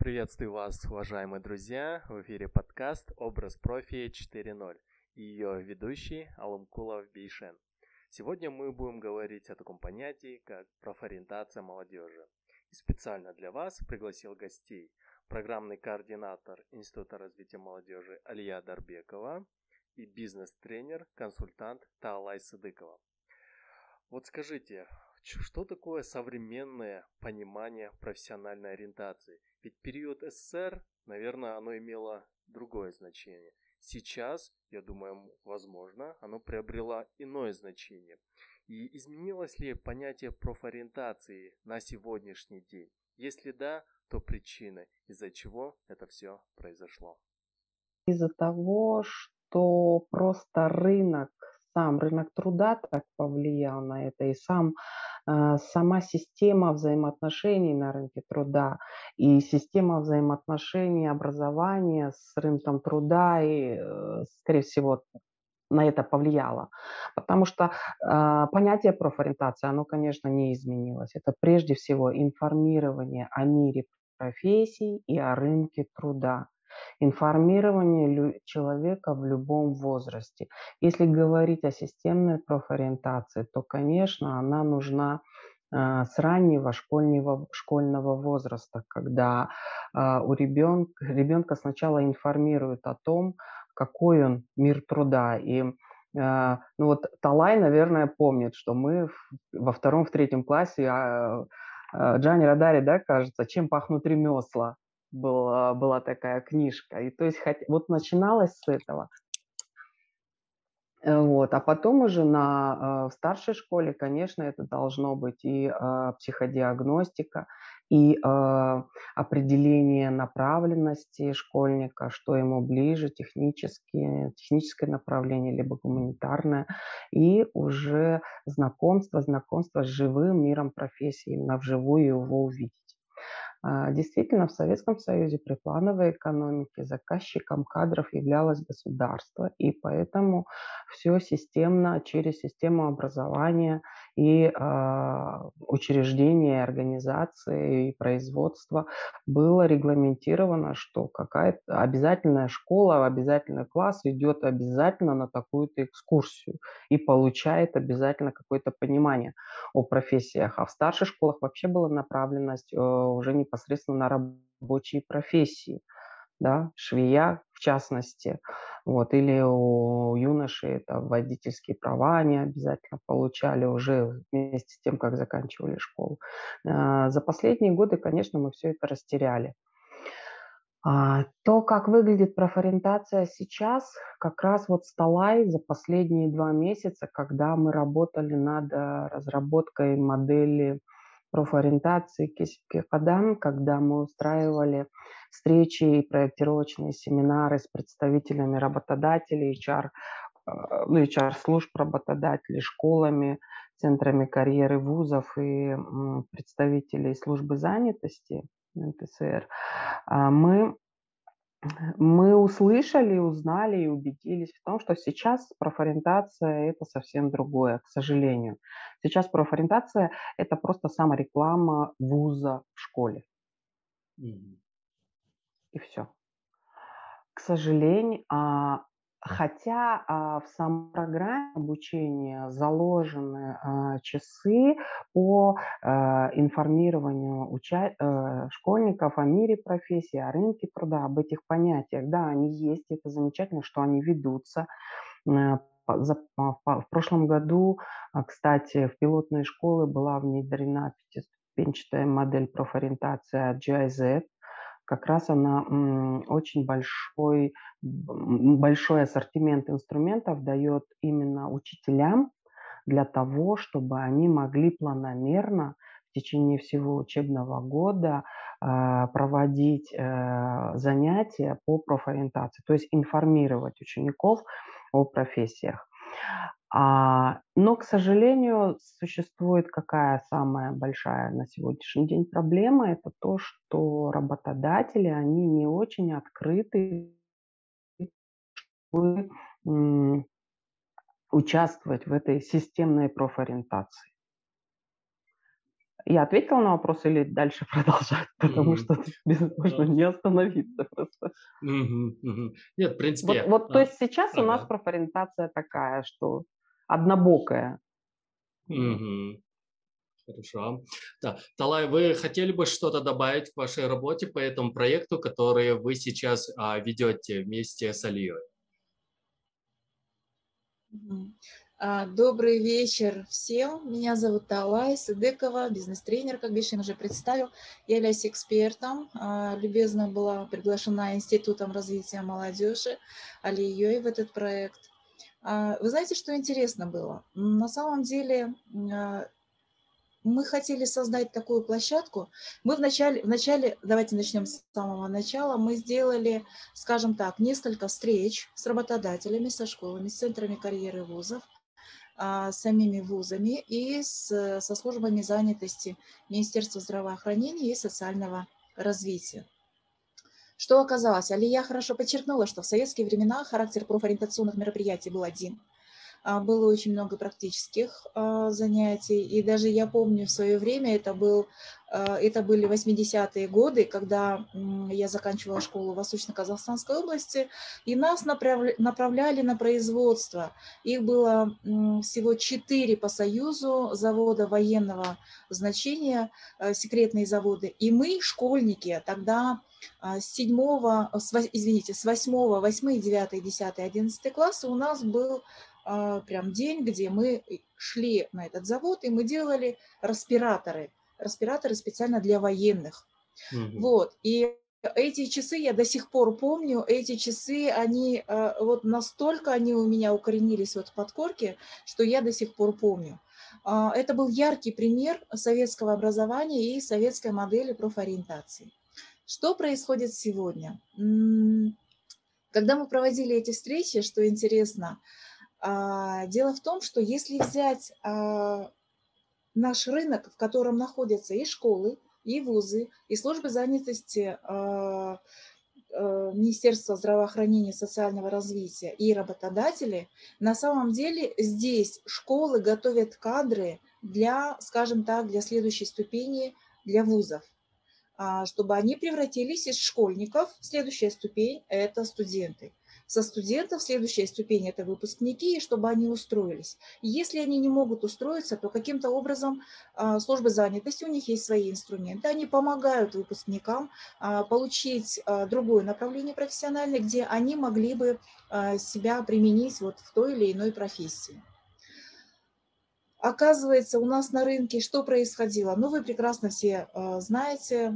Приветствую вас, уважаемые друзья! В эфире подкаст «Образ профи 4.0» и ее ведущий Аламкулов Бейшен. Сегодня мы будем говорить о таком понятии, как профориентация молодежи. И специально для вас пригласил гостей программный координатор Института развития молодежи Алия Дарбекова и бизнес-тренер, консультант Таалай Сыдыкова. Вот скажите, что такое современное понимание профессиональной ориентации? Ведь период СССР, наверное, оно имело другое значение. Сейчас, я думаю, возможно, оно приобрело иное значение. И изменилось ли понятие профориентации на сегодняшний день? Если да, то причины, из-за чего это все произошло. Из-за того, что просто сам рынок труда так повлиял на это, и сама система взаимоотношений на рынке труда, и система взаимоотношений образования с рынком труда, скорее всего, на это повлияло. Потому что понятие профориентации, оно, конечно, не изменилось. Это прежде всего информирование о мире профессий и о рынке труда. Информирование человека в любом возрасте. Если говорить о системной профориентации, то, конечно, она нужна с раннего школьного возраста, когда у ребенка сначала информируют о том, какой он мир труда. Ну вот Талай, наверное, помнит, что мы во втором, в третьем классе Джани Радари, да, кажется, «Чем пахнут ремесла» была такая книжка. И то есть вот начиналось с этого. Вот. А потом уже в старшей школе, конечно, это должно быть и психодиагностика, и определение направленности школьника, что ему ближе, техническое направление, либо гуманитарное, и уже знакомство с живым миром профессии, именно вживую его увидеть. Действительно, в Советском Союзе при плановой экономике заказчиком кадров являлось государство, и поэтому все системно, через систему образования и учреждения, организации, и производства было регламентировано, что какая-то обязательная школа, обязательный класс идет обязательно на такую-то экскурсию и получает обязательно какое-то понимание о профессиях. А в старших школах вообще была направленность уже непосредственно на рабочие профессии, да, швея в частности, вот, или у юношей это водительские права они обязательно получали уже вместе с тем, как заканчивали школу. За последние годы, конечно, мы все это растеряли. То, как выглядит профориентация сейчас, как раз вот с Талай за последние 2 месяца, когда мы работали над разработкой модели профориентации Кадам, когда мы устраивали встречи и проектировочные семинары с представителями работодателей, HR-служб работодателей, школами, центрами карьеры вузов и представителей службы занятости НТСР, мы услышали, узнали и убедились в том, что сейчас профориентация – это совсем другое, к сожалению. Сейчас профориентация – это просто самореклама вуза в школе. И все. К сожалению, хотя в самой программе обучения заложены часы по информированию школьников о мире профессии, о рынке труда, об этих понятиях. Да, они есть, это замечательно, что они ведутся. В прошлом году, кстати, в пилотные школы была внедрена пятиступенчатая модель профориентации от GIZ. Как раз она очень большой ассортимент инструментов дает именно учителям для того, чтобы они могли планомерно в течение всего учебного года проводить занятия по профориентации, то есть информировать учеников о профессиях. Но, к сожалению, существует какая самая большая на сегодняшний день проблема? Это то, что работодатели, они не очень открыты, чтобы участвовать в этой системной профориентации. Я ответила на вопрос или дальше продолжать? Потому Мгм. что тут безнадежно А, не остановиться просто. мгм, мгм. Нет, в Вот, принципе, вот, то есть сейчас у нас ага. профориентация такая, что однобокая. Вот. Мгм. Хорошо. Да. Талай, вы хотели бы что-то добавить к вашей работе по этому проекту, который вы сейчас ведете вместе с Алией? Мгм. Добрый вечер всем. Меня зовут Талай Сыдыкова, бизнес-тренер, как Бишин уже представил. Я являюсь экспертом. Любезно была приглашена Институтом развития молодежи Алией в этот проект. Вы знаете, что интересно было? На самом деле мы хотели создать такую площадку. Мы вначале, давайте начнем с самого начала, мы сделали, скажем так, несколько встреч с работодателями, со школами, с центрами карьеры вузов, с самими вузами и со службами занятости Министерства здравоохранения и социального развития. Что оказалось? Алия хорошо подчеркнула, что в советские времена характер профориентационных мероприятий был один. Было очень много практических занятий. И даже я помню в свое время, это были 80-е годы, когда я заканчивала школу в Восточно-Казахстанской области, и нас направляли на производство. Их было всего 4 по Союзу, завода военного значения, секретные заводы. И мы, школьники, тогда с 8, 8, 9, 10, 11 классы у нас был прям день, где мы шли на этот завод, и мы делали респираторы специально для военных. Мгм. Вот, и эти часы я до сих пор помню, эти часы, они вот настолько они у меня укоренились вот в подкорке, что я до сих пор помню. Это был яркий пример советского образования и советской модели профориентации. Что происходит сегодня? Когда мы проводили эти встречи, что интересно, дело в том, что если взять наш рынок, в котором находятся и школы, и вузы, и службы занятости Министерства здравоохранения и социального развития, и работодатели, на самом деле здесь школы готовят кадры для, скажем так, для следующей ступени, для вузов, чтобы они превратились из школьников. Следующая ступень – это студенты. Со студентов следующая ступень – это выпускники, и чтобы они устроились. И если они не могут устроиться, то каким-то образом службы занятости, у них есть свои инструменты, они помогают выпускникам получить другое направление профессиональное, где они могли бы себя применить вот в той или иной профессии. Оказывается, у нас на рынке что происходило? Ну, вы прекрасно все знаете,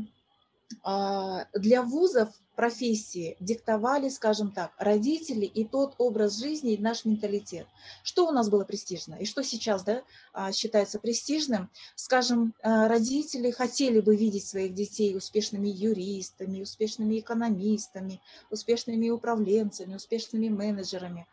для вузов профессии диктовали, скажем так, родители и тот образ жизни, и наш менталитет. Что у нас было престижно и что сейчас, да, считается престижным? Скажем, родители хотели бы видеть своих детей успешными юристами, успешными экономистами, успешными управленцами, успешными менеджерами.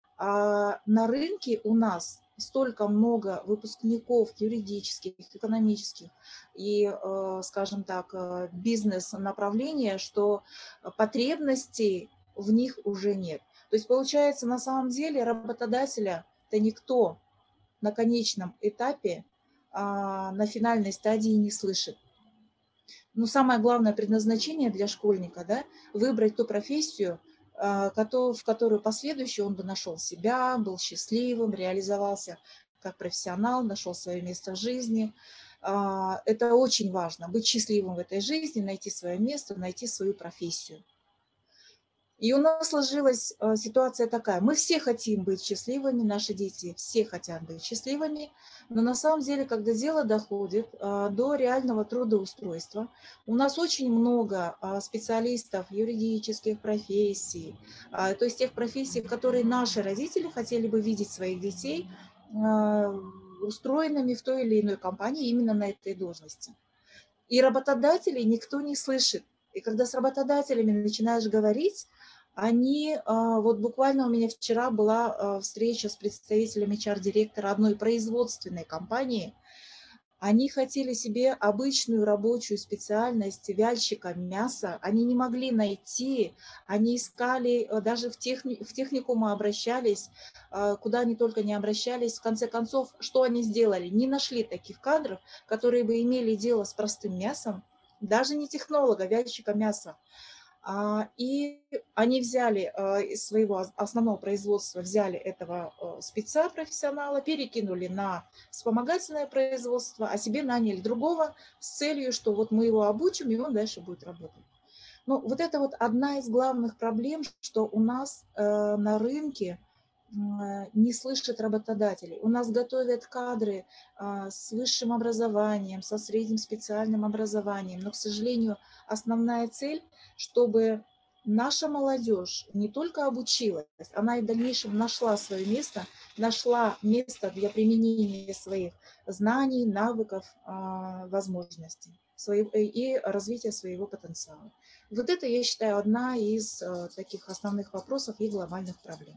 На рынке у нас столько много выпускников юридических, экономических и, скажем так, бизнес-направления, что потребностей в них уже нет. То есть получается, на самом деле работодателя это никто на конечном этапе, на финальной стадии не слышит. Но самое главное предназначение для школьника, да, выбрать ту профессию, в которую последующий он бы нашел себя, был счастливым, реализовался как профессионал, нашел свое место в жизни. Это очень важно, быть счастливым в этой жизни, найти свое место, найти свою профессию. И у нас сложилась ситуация такая. Мы все хотим быть счастливыми, наши дети все хотят быть счастливыми, но на самом деле, когда дело доходит до реального трудоустройства, у нас очень много специалистов юридических профессий, то есть тех профессий, в которые наши родители хотели бы видеть своих детей устроенными в той или иной компании именно на этой должности. И работодателей никто не слышит. И когда с работодателями начинаешь говорить, они, вот буквально у меня вчера была встреча с представителем HR-директора одной производственной компании, Они хотели себе обычную рабочую специальность вяльщика мяса, они не могли найти, они искали, даже в техникумы обращались, куда они только не обращались. В конце концов, что они сделали? Не нашли таких кадров, которые бы имели дело с простым мясом, даже не технолога, вяльщика мяса. И они взяли из своего основного производства, взяли этого спеца профессионала, перекинули на вспомогательное производство, а себе наняли другого с целью, что вот мы его обучим, и он дальше будет работать. Ну, вот это вот одна из главных проблем, что у нас на рынке не слышат работодателей. У нас готовят кадры с высшим образованием, со средним специальным образованием, но, к сожалению, основная цель, чтобы наша молодежь не только обучилась, она и в дальнейшем нашла свое место, нашла место для применения своих знаний, навыков, возможностей и развития своего потенциала. Вот это, я считаю, одна из таких основных вопросов и глобальных проблем.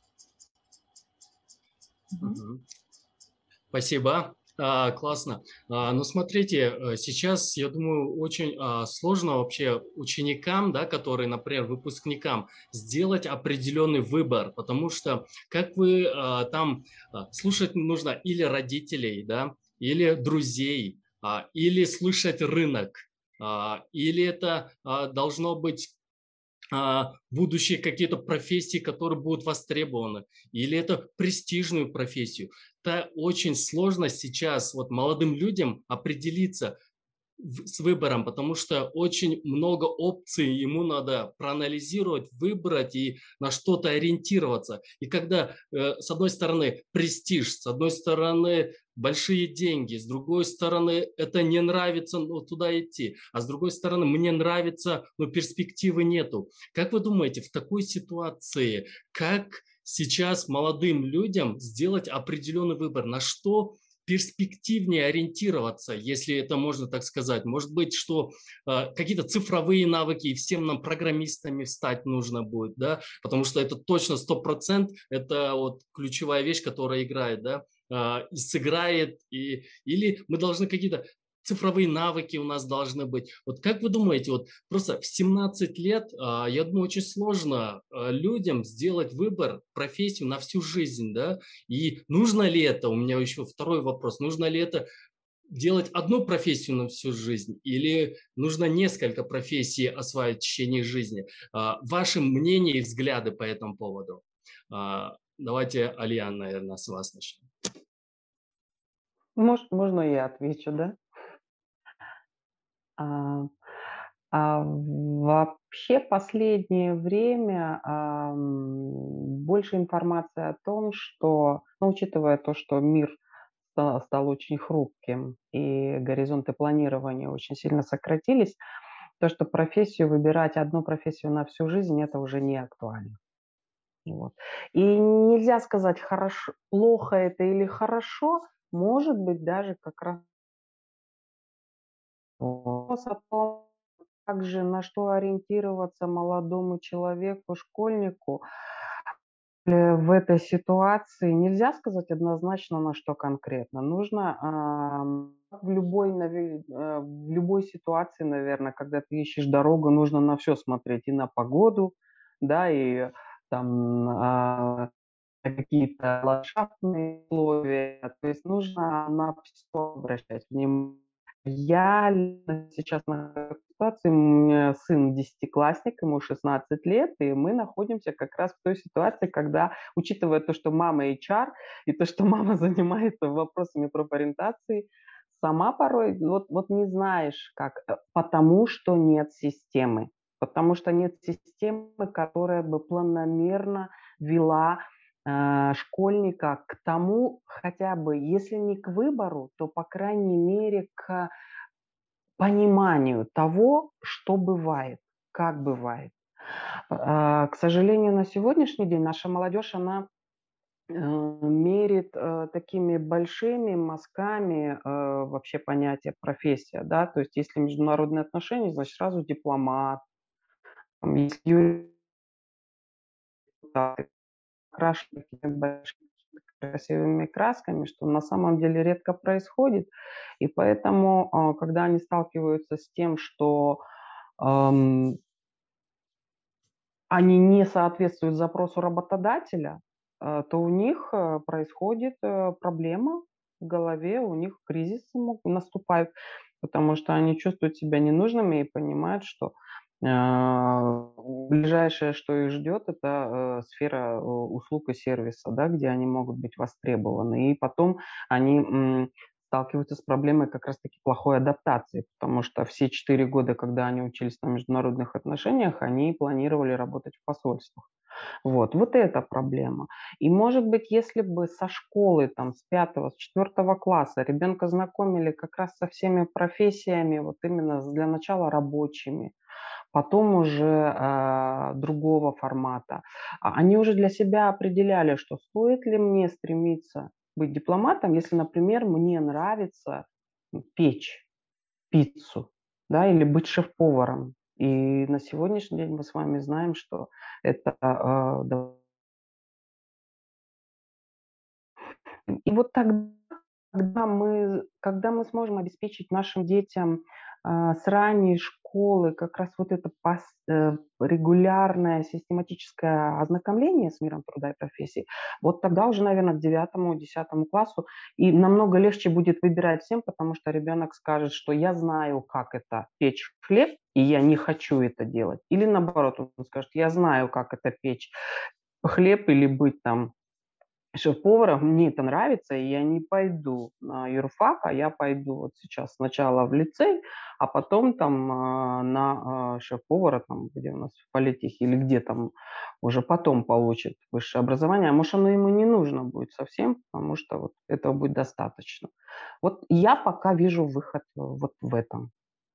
Мгм. Спасибо. Классно. Ну, смотрите, сейчас, я думаю, очень сложно вообще ученикам, да, которые, например, выпускникам, сделать определенный выбор, потому что, как вы там слушать нужно или родителей, да, или друзей, или слышать рынок, или это должно быть будущие какие-то профессии, которые будут востребованы, или это престижную профессию. Это очень сложно сейчас вот молодым людям определиться с выбором, потому что очень много опций, ему надо проанализировать, выбрать и на что-то ориентироваться. И когда, с одной стороны, престиж, с одной стороны, большие деньги, с другой стороны, это не нравится, ну, туда идти, а с другой стороны, мне нравится, но перспективы нету. Как вы думаете, в такой ситуации, как сейчас молодым людям сделать определенный выбор, на что перспективнее ориентироваться, если это можно так сказать? Может быть, что какие-то цифровые навыки, и всем нам программистами стать нужно будет, да, потому что это точно 100%, это вот ключевая вещь, которая играет, да, и сыграет, или мы должны какие-то цифровые навыки у нас должны быть. Вот как вы думаете, вот просто в 17 лет, я думаю, очень сложно людям сделать выбор, профессию на всю жизнь, да, и нужно ли это, у меня еще второй вопрос, нужно ли это делать одну профессию на всю жизнь или нужно несколько профессий осваивать в течение жизни? Ваши мнения и взгляды по этому поводу. Давайте, Алиян, наверное, с вас начнем. Можно я отвечу, да? Вообще последнее время больше информации о том, что, ну, учитывая то, что мир стал очень хрупким и горизонты планирования очень сильно сократились, то, что профессию выбирать, одну профессию на всю жизнь, это уже не актуально. Вот. И нельзя сказать, хорошо, плохо это или хорошо, может быть, даже как раз вопрос о том, также на что ориентироваться молодому человеку, школьнику в этой ситуации. Нельзя сказать однозначно, на что конкретно. Нужно в любой ситуации, наверное, когда ты ищешь дорогу, нужно на все смотреть, и на погоду, да, и там какие-то ландшафтные условия. То есть нужно на все обращать внимание. Я сейчас нахожусь в ситуации, у меня сын десятиклассник, ему 16 лет, и мы находимся как раз в той ситуации, когда, учитывая то, что мама HR, и то, что мама занимается вопросами профориентации, сама порой вот не знаешь как, потому что нет системы. Потому что нет системы, которая бы планомерно вела школьника к тому, хотя бы, если не к выбору, то, по крайней мере, к пониманию того, что бывает, как бывает. К сожалению, на сегодняшний день наша молодежь, она мерит такими большими мазками вообще понятие профессия, да, то есть если международные отношения, значит сразу дипломат, если юрист, крашеные большие красивыми красками, что на самом деле редко происходит. И поэтому, когда они сталкиваются с тем, что ам, они не соответствуют запросу работодателя, то у них происходит проблема в голове, у них кризисы наступают, потому что они чувствуют себя ненужными и понимают, что ближайшее, что их ждет, это сфера услуг и сервиса, да, где они могут быть востребованы. И потом они сталкиваются с проблемой как раз-таки плохой адаптации, потому что все 4 года, когда они учились на международных отношениях, они планировали работать в посольствах. Вот это проблема. И, может быть, если бы со школы, там, с 5-го, с 4-го класса ребенка знакомили как раз со всеми профессиями, вот именно для начала рабочими, потом уже другого формата, они уже для себя определяли, что стоит ли мне стремиться быть дипломатом, если, например, мне нравится печь пиццу, да, или быть шеф-поваром. И на сегодняшний день мы с вами знаем, что это и вот тогда, когда мы сможем обеспечить нашим детям с ранней школы как раз вот это регулярное систематическое ознакомление с миром труда и профессий, вот тогда уже, наверное, к 9-10 классу и намного легче будет выбирать всем, потому что ребенок скажет, что я знаю, как это печь хлеб, и я не хочу это делать. Или наоборот, он скажет, я знаю, как это печь хлеб или быть там шеф-поваром, мне это нравится, и я не пойду на юрфак, а я пойду вот сейчас сначала в лицей, а потом там на шеф-повара, там, где у нас в политехе или где там уже потом получит высшее образование. А может, оно ему не нужно будет совсем, потому что вот этого будет достаточно. Вот я пока вижу выход вот в этом.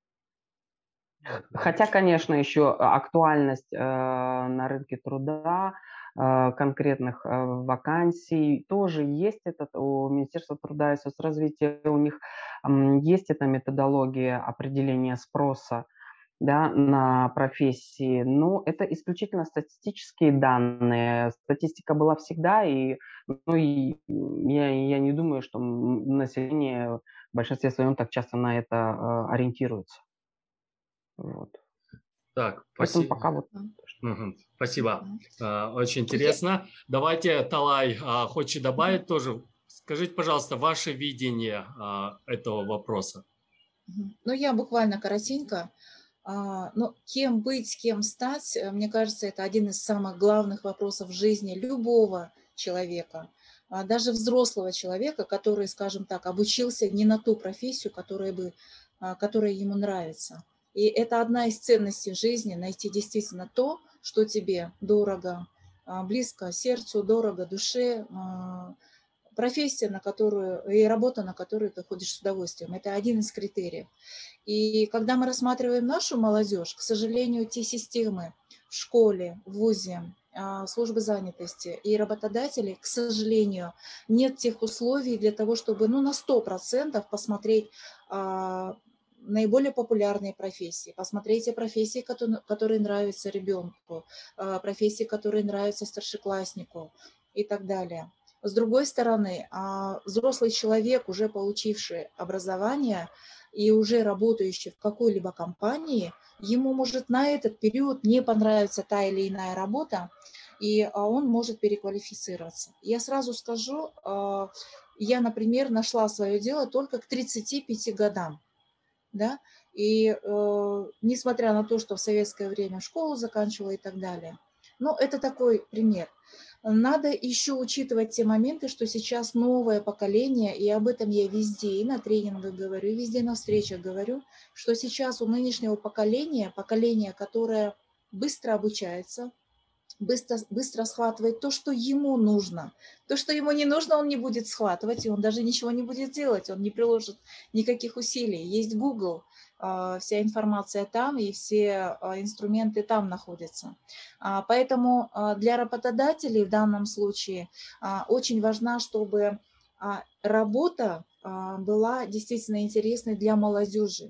Хотя, конечно, еще актуальность на рынке труда, конкретных вакансий тоже есть. У Министерства труда и соцразвития у них есть эта методология определения спроса, да, на профессии. Но это исключительно статистические данные. Статистика была всегда, и я не думаю, что население в большинстве своем так часто на это ориентируется. Вот. Так, Поэтому спасибо. пока вот. Спасибо. Очень интересно. Давайте, Талай, хочет добавить тоже. Скажите, пожалуйста, ваше видение этого вопроса. Ну, я буквально коротенько. Но кем быть, кем стать, мне кажется, это один из самых главных вопросов в жизни любого человека, даже взрослого человека, который, скажем так, обучился не на ту профессию, которая ему нравится. И это одна из ценностей жизни – найти действительно то, что тебе дорого, близко сердцу, дорого душе, профессия, на которую и работа, на которую ты ходишь с удовольствием. Это один из критериев. И когда мы рассматриваем нашу молодежь, к сожалению, те системы в школе, в вузе, службы занятости и работодателей, к сожалению, нет тех условий для того, чтобы на 100% посмотреть наиболее популярные профессии, посмотреть те профессии, которые нравятся ребенку, профессии, которые нравятся старшекласснику и так далее. С другой стороны, взрослый человек, уже получивший образование и уже работающий в какой-либо компании, ему может на этот период не понравиться та или иная работа, и он может переквалифицироваться. Я сразу скажу, я, например, нашла свое дело только к 35 годам. Да? И несмотря на то, что в советское время школу заканчивала и так далее. Но это такой пример. Надо еще учитывать те моменты, что сейчас новое поколение, и об этом я везде, и на тренингах говорю, и везде на встречах говорю, что сейчас у нынешнего поколения, которое быстро обучается, быстро схватывает то, что ему нужно. То, что ему не нужно, он не будет схватывать, и он даже ничего не будет делать, он не приложит никаких усилий. Есть Google, вся информация там, и все инструменты там находятся. Поэтому для работодателей в данном случае очень важна, чтобы работа была действительно интересной для молодежи.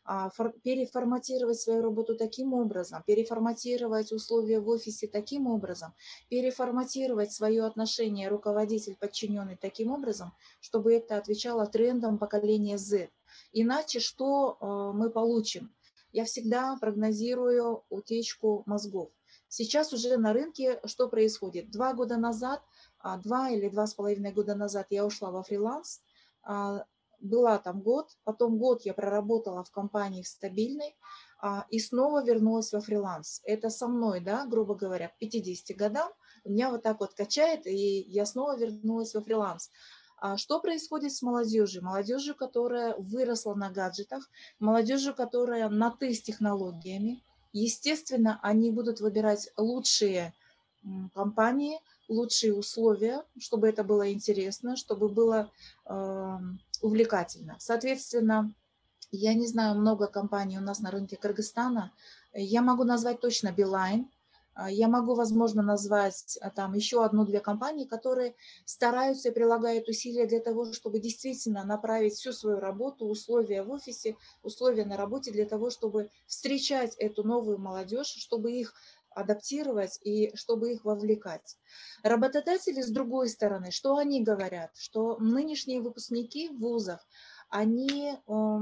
переформатировать свою работу таким образом, переформатировать условия в офисе таким образом, переформатировать свое отношение руководитель-подчиненный таким образом, чтобы это отвечало трендам поколения Z. Иначе что мы получим? Я всегда прогнозирую утечку мозгов. Сейчас уже на рынке что происходит? 2 года назад, 2 или 2,5 года назад я ушла во фриланс, была там год, потом год я проработала в компании стабильной и снова вернулась во фриланс. Это со мной, да, грубо говоря, к 50 годам меня вот так вот качает, и я снова вернулась во фриланс. Что происходит с молодежью? Молодежью, которая выросла на гаджетах, молодежью, которая на «ты» с технологиями. Естественно, они будут выбирать лучшие компании, лучшие условия, чтобы это было интересно, чтобы было увлекательно. Соответственно, я не знаю много компаний у нас на рынке Кыргызстана. Я могу назвать точно Билайн. Я могу, возможно, назвать там еще одну-две компании, которые стараются и прилагают усилия для того, чтобы действительно направить всю свою работу, условия в офисе, условия на работе для того, чтобы встречать эту новую молодежь, чтобы их адаптировать и чтобы их вовлекать. Работодатели, с другой стороны, что они говорят? Что нынешние выпускники в вузах, они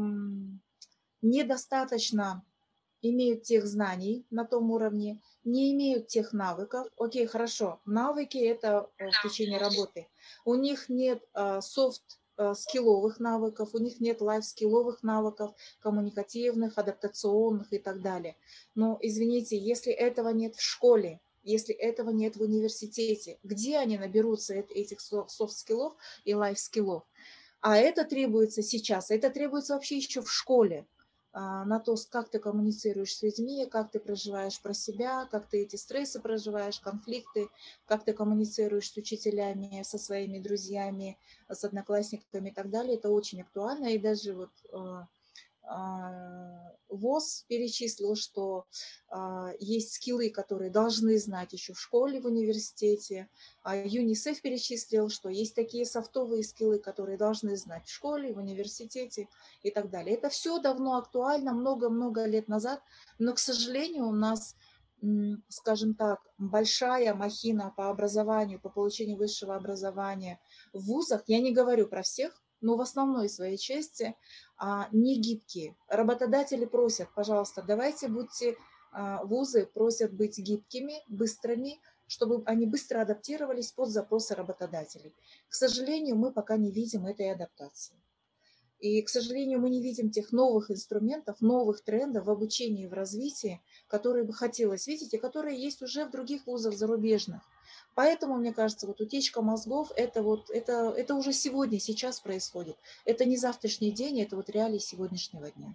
недостаточно имеют тех знаний на том уровне, не имеют тех навыков. Окей, хорошо, навыки – это в течение работы. У них нет софт-скилловых навыков, у них нет лайф-скилловых навыков, коммуникативных, адаптационных и так далее. Но, извините, если этого нет в школе, если этого нет в университете, где они наберутся этих софт-скиллов и лайф-скиллов? А это требуется сейчас, это требуется вообще еще в школе, на то, как ты коммуницируешь с людьми, как ты проживаешь про себя, как ты эти стрессы проживаешь, конфликты, как ты коммуницируешь с учителями, со своими друзьями, с одноклассниками и так далее. Это очень актуально. И даже вот ВОЗ перечислил, что есть скиллы, которые должны знать еще в школе, в университете. ЮНИСЕФ перечислил, что есть такие софтовые скиллы, которые должны знать в школе, в университете и так далее. Это все давно актуально, много-много лет назад, но, к сожалению, у нас, скажем так, большая махина по образованию, по получению высшего образования в вузах, я не говорю про всех, но в основной своей части не гибкие. Работодатели просят, пожалуйста, давайте будьте, вузы просят быть гибкими, быстрыми, чтобы они быстро адаптировались под запросы работодателей. К сожалению, мы пока не видим этой адаптации. И, к сожалению, мы не видим тех новых инструментов, новых трендов в обучении и в развитии, которые бы хотелось видеть и которые есть уже в других вузах зарубежных. Поэтому, мне кажется, вот утечка мозгов это уже сегодня, сейчас происходит. Это не завтрашний день, это вот реалии сегодняшнего дня.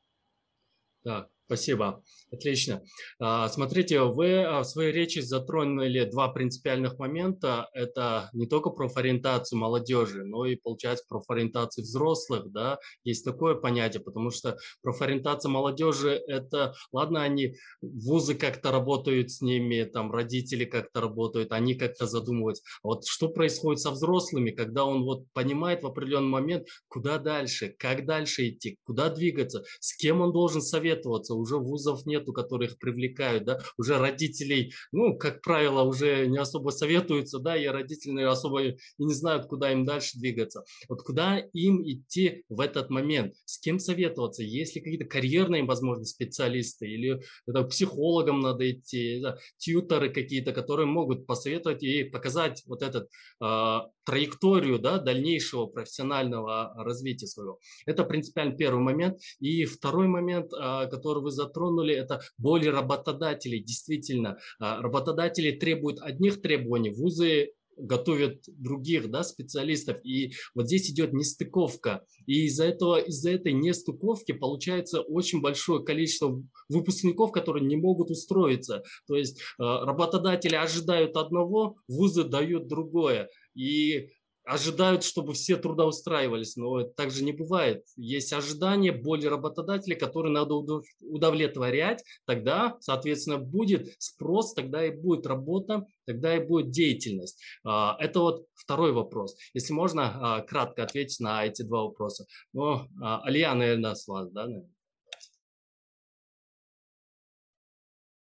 Так, спасибо. Отлично. Смотрите, вы в своей речи затронули два принципиальных момента. Это не только профориентацию молодежи, но и, получается, профориентацию взрослых. Да? Есть такое понятие, потому что профориентация молодежи – это, ладно, они, вузы как-то работают с ними, там родители как-то работают, они как-то задумываются. А вот что происходит со взрослыми, когда он вот понимает в определенный момент, куда дальше, как дальше идти, куда двигаться, с кем он должен советоваться. Уже вузов нету, которые их привлекают, да, уже родителей, ну, как правило, уже не особо советуются, да, и родители особо и не знают, куда им дальше двигаться. Вот куда им идти в этот момент, с кем советоваться, есть ли какие-то карьерные, возможно, специалисты, или это, к психологам надо идти, да, тьюторы какие-то, которые могут посоветовать и показать вот этот траекторию, да, дальнейшего профессионального развития своего. Это принципиально первый момент. И второй момент, который вы затронули, это боли работодателей. Действительно, работодатели требуют одних требований, вузы готовят других, да, специалистов. И вот здесь идет нестыковка. И из-за этой нестыковки получается очень большое количество выпускников, которые не могут устроиться. То есть работодатели ожидают одного, вузы дают другое. И ожидают, чтобы все трудоустраивались, но так же не бывает. Есть ожидания, боли работодателей, которые надо удовлетворять, тогда, соответственно, будет спрос, тогда и будет работа, тогда и будет деятельность. Это вот второй вопрос. Если можно, кратко ответить на эти два вопроса. Ну, Алия, наверное, с вас, да, наверное?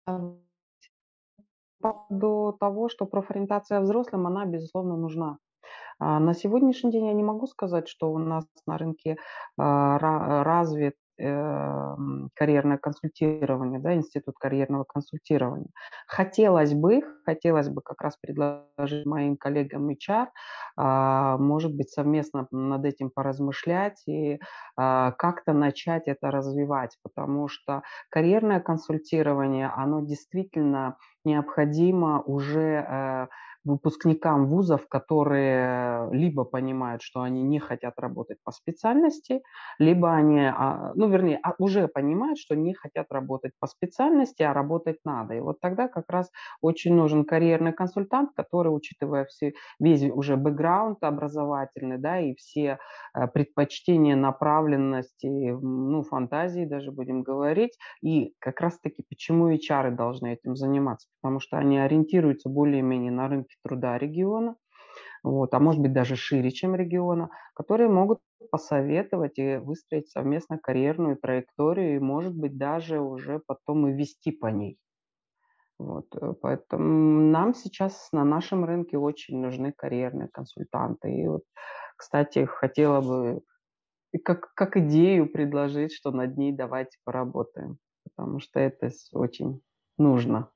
По поводу того, что профориентация взрослым, она, безусловно, нужна. На сегодняшний день я не могу сказать, что у нас на рынке развит карьерное консультирование, да, институт карьерного консультирования. Хотелось бы как раз предложить моим коллегам HR, может быть, совместно над этим поразмышлять и как-то начать это развивать, потому что карьерное консультирование, оно действительно необходимо уже выпускникам вузов, которые либо понимают, что они не хотят работать по специальности, либо они, уже понимают, что не хотят работать по специальности, а работать надо. И вот тогда как раз очень нужен карьерный консультант, который, учитывая весь уже бэкграунд образовательный, да, и все предпочтения, направленности, ну, фантазии даже будем говорить, и как раз-таки почему HR должны этим заниматься, потому что они ориентируются более-менее на рынке труда региона, вот, а может быть даже шире, чем региона, которые могут посоветовать и выстроить совместно карьерную траекторию и, может быть, даже уже потом и вести по ней. Вот, поэтому нам сейчас на нашем рынке очень нужны карьерные консультанты. И вот, кстати, хотела бы как идею предложить, что над ней давайте поработаем, потому что это очень нужно.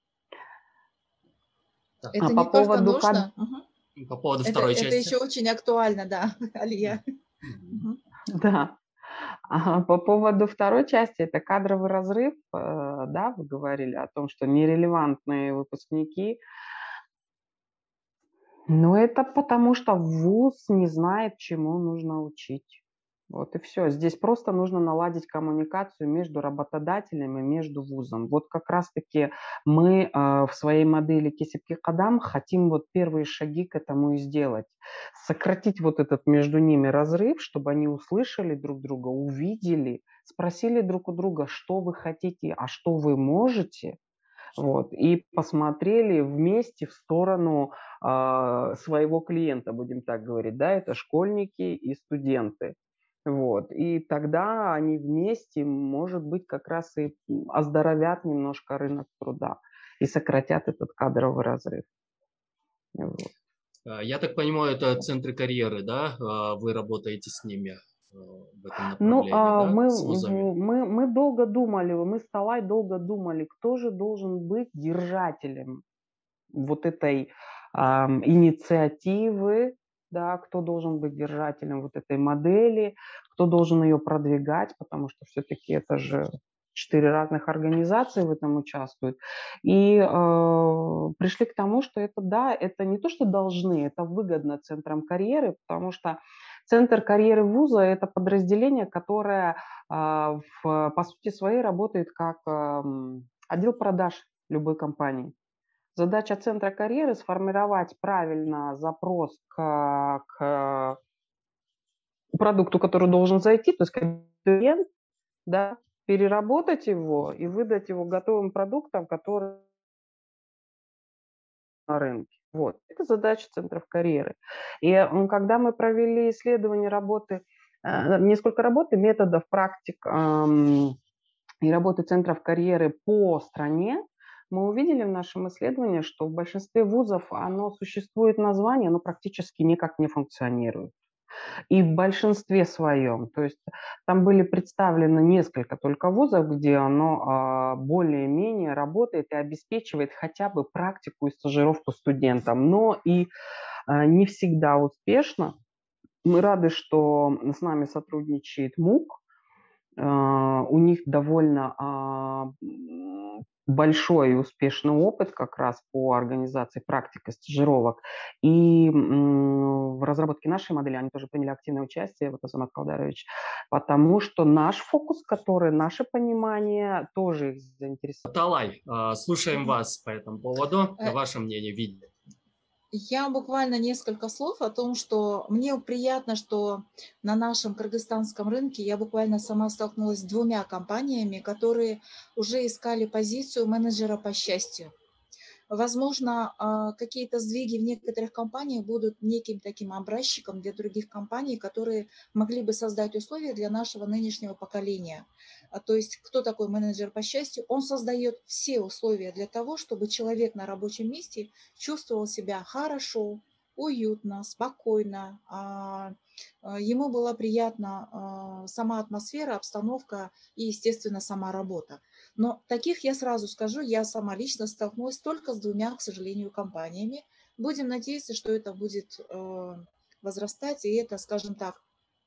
Это По не только поводу нужно, По поводу это второй части. еще очень актуально, да, Алия. Да. По поводу второй части, это кадровый разрыв, да, вы говорили о том, что нерелевантные выпускники. Но это потому, что вуз не знает, чему нужно учить. Вот и все. Здесь просто нужно наладить коммуникацию между работодателем и между вузом. Вот как раз-таки мы в своей модели Кесепки Кадам хотим вот первые шаги к этому и сделать. Сократить вот этот между ними разрыв, чтобы они услышали друг друга, увидели, спросили друг у друга, что вы хотите, а что вы можете. Вот, и посмотрели вместе в сторону своего клиента, будем так говорить, да, это школьники и студенты. Вот, и тогда они вместе, может быть, как раз и оздоровят немножко рынок труда и сократят этот кадровый разрыв. Вот. Я так понимаю, это центры карьеры, да? Вы работаете с ними в этом Ну, направлении, да? С вузами? мы долго думали, мы с Талай долго думали, кто же должен быть держателем вот этой инициативы, да, кто должен быть держателем вот этой модели, кто должен ее продвигать, потому что все-таки это же 4 разных организации в этом участвуют. И пришли к тому, что это, да, это не то, что должны, это выгодно центрам карьеры, потому что центр карьеры вуза – это подразделение, которое по сути своей работает как отдел продаж любой компании. Задача центра карьеры – сформировать правильно запрос к продукту, который должен зайти, то есть клиент, да, переработать его и выдать его готовым продуктом, который на рынке. Вот. Это задача центров карьеры. И когда мы провели исследование работы, несколько работы, методов, практик и работы центров карьеры по стране, мы увидели в нашем исследовании, что в большинстве вузов оно существует название, но практически никак не функционирует. И в большинстве своем, то есть там были представлены несколько только вузов, где оно более-менее работает и обеспечивает хотя бы практику и стажировку студентам, но и не всегда успешно. Мы рады, что с нами сотрудничает МУК. У них довольно большой и успешный опыт как раз по организации практик и стажировок. И в разработке нашей модели они тоже приняли активное участие, вот Азамат Калдарович, потому что наш фокус, наше понимание тоже их заинтересовало. Талай, слушаем вас по этому поводу. Ваше мнение, видите? Я буквально несколько слов о том, что мне приятно, что на нашем кыргызстанском рынке я буквально сама столкнулась с 2 компаниями, которые уже искали позицию менеджера по счастью. Возможно, какие-то сдвиги в некоторых компаниях будут неким таким образчиком для других компаний, которые могли бы создать условия для нашего нынешнего поколения. То есть кто такой менеджер по счастью? Он создает все условия для того, чтобы человек на рабочем месте чувствовал себя хорошо, уютно, спокойно, ему была приятна сама атмосфера, обстановка и, естественно, сама работа. Но таких, я сразу скажу, я сама лично столкнулась только с двумя, к сожалению, компаниями. Будем надеяться, что это будет возрастать, и это, скажем так,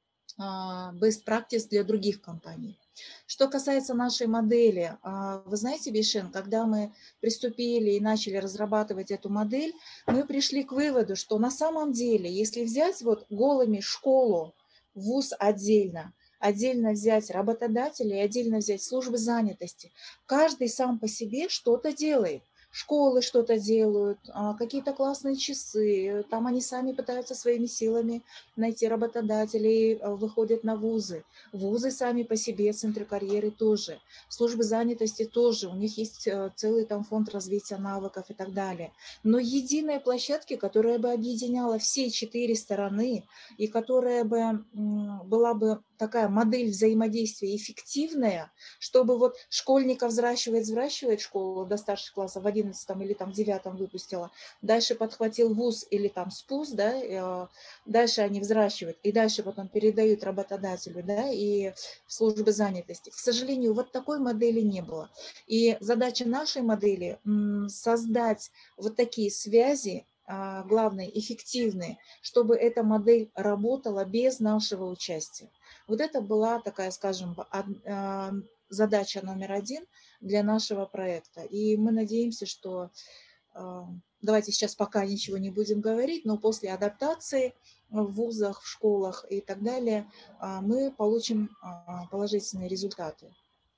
best practice для других компаний. Что касается нашей модели, вы знаете, Бейшен, когда мы приступили и начали разрабатывать эту модель, мы пришли к выводу, что на самом деле, если взять вот голыми школу, вуз отдельно взять работодателей, отдельно взять службы занятости, каждый сам по себе что-то делает. Школы что-то делают, какие-то классные часы, там они сами пытаются своими силами найти работодателей, выходят на вузы. Вузы сами по себе, центры карьеры тоже. Службы занятости тоже. У них есть целый там фонд развития навыков и так далее. Но единой площадки, которая бы объединяла все 4 стороны и которая бы была бы такая модель взаимодействия эффективная, чтобы вот школьника взращивает школу до старших классов в 11 или там 9 выпустила, дальше подхватил вуз или там спуск, да, дальше они взращивают, и дальше потом передают работодателю, да, и в службы занятости. К сожалению, вот такой модели не было. И задача нашей модели создать вот такие связи, главное, эффективные, чтобы эта модель работала без нашего участия. Вот это была такая, скажем, задача номер 1 для нашего проекта. И мы надеемся, что, давайте сейчас пока ничего не будем говорить, но после адаптации в вузах, в школах и так далее мы получим положительные результаты.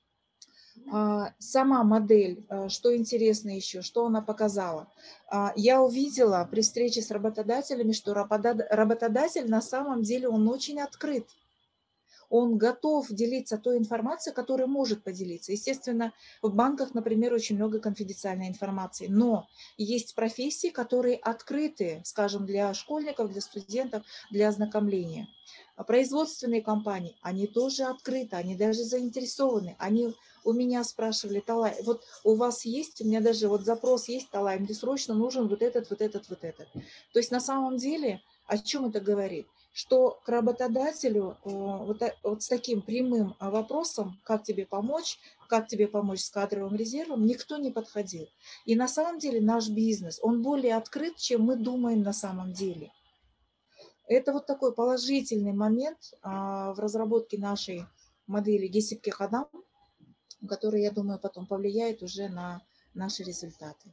Сама модель, что интересно еще, что она показала. Я увидела при встрече с работодателями, что работодатель на самом деле он очень открыт. Он готов делиться той информацией, которой может поделиться. Естественно, в банках, например, очень много конфиденциальной информации, но есть профессии, которые открыты, скажем, для школьников, для студентов, для ознакомления. Производственные компании, они тоже открыты, они даже заинтересованы. Они у меня спрашивали: Талай, вот у вас есть, у меня даже вот запрос есть, Талай, мне срочно нужен вот этот. То есть на самом деле, о чем это говорит? Что к работодателю вот с таким прямым вопросом, как тебе помочь с кадровым резервом, никто не подходил. И на самом деле наш бизнес, он более открыт, чем мы думаем на самом деле. Это вот такой положительный момент в разработке нашей модели Гесипки Хадам, который, я думаю, потом повлияет уже на наши результаты.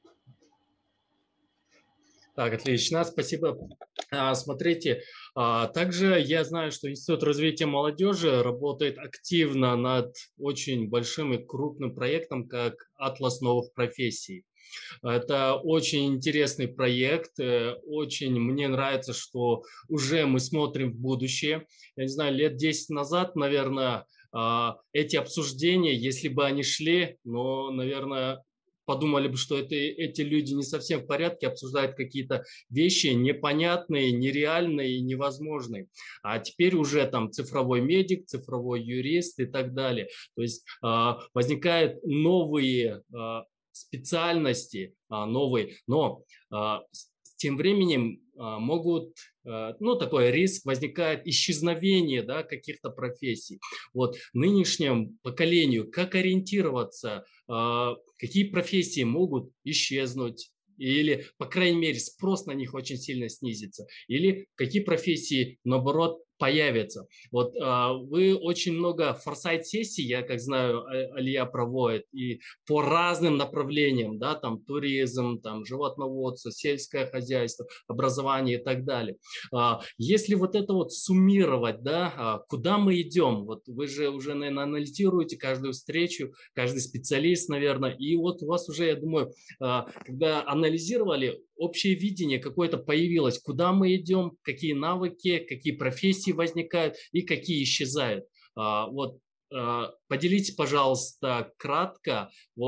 Так, отлично, спасибо. Смотрите, также я знаю, что Институт развития молодежи работает активно над очень большим и крупным проектом, как «Атлас новых профессий». Это очень интересный проект, очень мне нравится, что уже мы смотрим в будущее. Я не знаю, лет 10 назад, наверное, эти обсуждения, если бы они шли, но, наверное, подумали бы, что эти люди не совсем в порядке, обсуждают какие-то вещи непонятные, нереальные и невозможные. А теперь уже там цифровой медик, цифровой юрист и так далее. То есть возникают новые специальности, новые, но тем временем могут, такой риск возникает исчезновение, да, каких-то профессий. Вот нынешнему поколению как ориентироваться, какие профессии могут исчезнуть, или, по крайней мере, спрос на них очень сильно снизится, или какие профессии, наоборот, появятся. Вот вы очень много форсайт-сессий, я как знаю, Алия проводит, и по разным направлениям, да, там туризм, там животноводство, сельское хозяйство, образование и так далее. Если вот это вот суммировать, да, куда мы идем, вот вы же уже, наверное, анализируете каждую встречу, каждый специалист, наверное, и вот у вас уже, я думаю, когда анализировали, общее видение какое-то появилось, куда мы идем, какие навыки, какие профессии возникают и какие исчезают. Вот поделитесь, пожалуйста, кратко, вот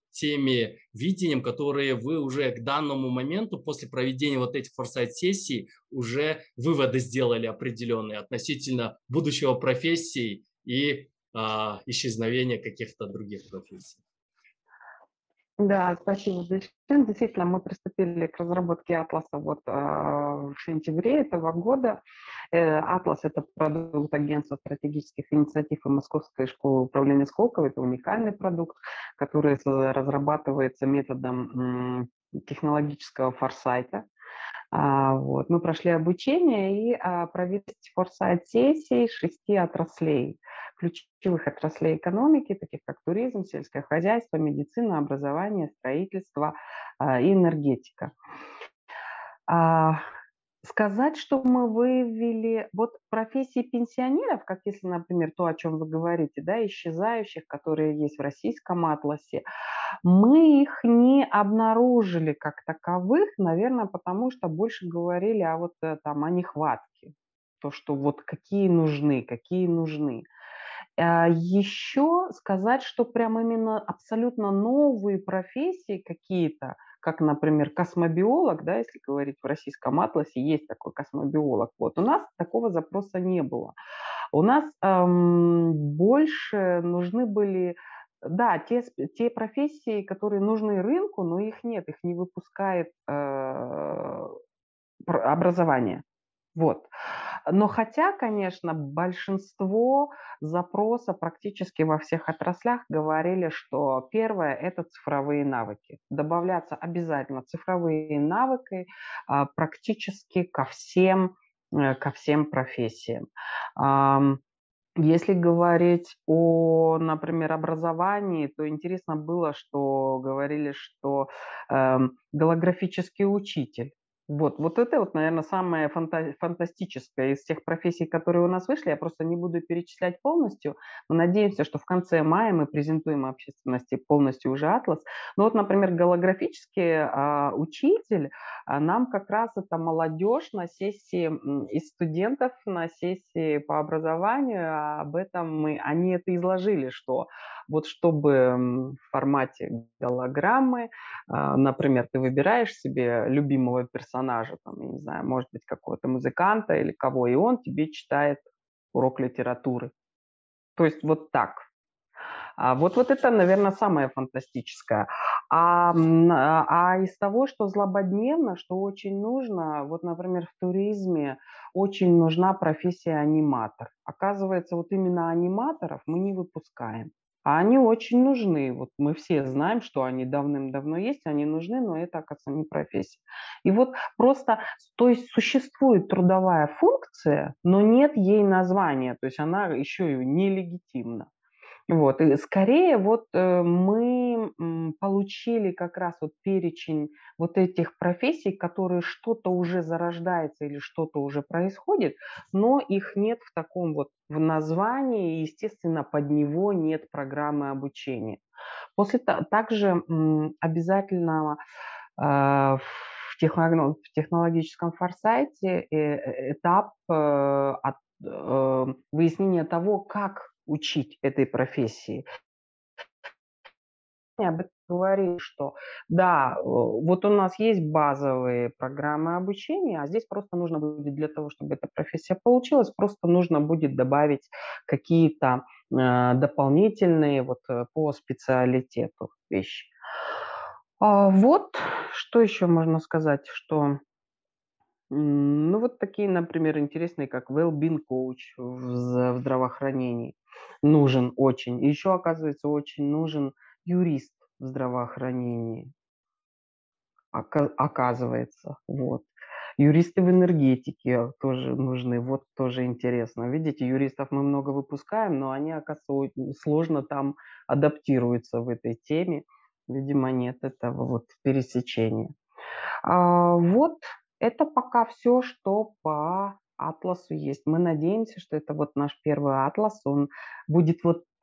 теми видением, которые вы уже к данному моменту, после проведения вот этих форсайт-сессий, уже выводы сделали определенные относительно будущего профессии и исчезновения каких-то других профессий. Да, спасибо, Дельфин. Действительно, мы приступили к разработке атласа в сентябре этого года. Атлас – это продукт агентства стратегических инициатив и Московской школы управления Сколково. Это уникальный продукт, который разрабатывается методом технологического форсайта. Мы прошли обучение и провели форсайт-сессии 6 отраслей, ключевых отраслей экономики, таких как туризм, сельское хозяйство, медицина, образование, строительство и энергетика. Сказать, что мы вывели вот профессии пенсионеров, как если, например, то, о чем вы говорите, да, исчезающих, которые есть в российском атласе, мы их не обнаружили как таковых, наверное, потому что больше говорили о нехватке, то, что вот какие нужны. Еще сказать, что прям именно абсолютно новые профессии какие-то, как, например, космобиолог, да, если говорить в российском атласе, есть такой космобиолог. Вот у нас такого запроса не было. У нас больше нужны были, да, те профессии, которые нужны рынку, но их нет, их не выпускает образование. Вот. Но хотя, конечно, большинство запроса практически во всех отраслях говорили, что первое – это цифровые навыки. Добавляться обязательно цифровые навыки практически ко всем профессиям. Если говорить о, например, образовании, то интересно было, что говорили, что голографический учитель. Вот это, наверное, самое фантастическое из всех профессий, которые у нас вышли. Я просто не буду перечислять полностью. Мы надеемся, что в конце мая мы презентуем общественности полностью уже атлас. Но вот, например, голографический учитель, нам как раз это молодежь на сессии из студентов, на сессии по образованию, об этом они это изложили, что вот чтобы в формате голограммы, например, ты выбираешь себе любимого персонажа, там, я не знаю, может быть, какого-то музыканта или кого, и он тебе читает урок литературы. То есть вот так. Вот это, наверное, самое фантастическое. Из того, что злободневно, что очень нужно, вот, например, в туризме очень нужна профессия аниматор. Оказывается, вот именно аниматоров мы не выпускаем. А они очень нужны. Вот мы все знаем, что они давным-давно есть, они нужны, но это, оказывается, не профессия. И вот просто, то есть существует трудовая функция, но нет ей названия, то есть она еще и нелегитимна. Вот, и скорее мы получили как раз вот перечень вот этих профессий, которые что-то уже зарождается или что-то уже происходит, но их нет в таком вот в названии, и, естественно, под него нет программы обучения. Также обязательно в технологическом форсайте этап выяснения того, как учить этой профессии. Об этом говорили, что да, вот у нас есть базовые программы обучения, а здесь просто нужно будет для того, чтобы эта профессия получилась, просто нужно будет добавить какие-то дополнительные по специалитету вещи. Вот, что еще можно сказать, что вот такие, например, интересные, как well-being coach в здравоохранении нужен очень. И еще, оказывается, очень нужен юрист в здравоохранении. Оказывается, вот. Юристы в энергетике тоже нужны, вот тоже интересно. Видите, юристов мы много выпускаем, но они, оказывается, очень сложно там адаптируются в этой теме. Видимо, нет этого пересечения. Это пока все, что по атласу есть. Мы надеемся, что это наш первый атлас, он будет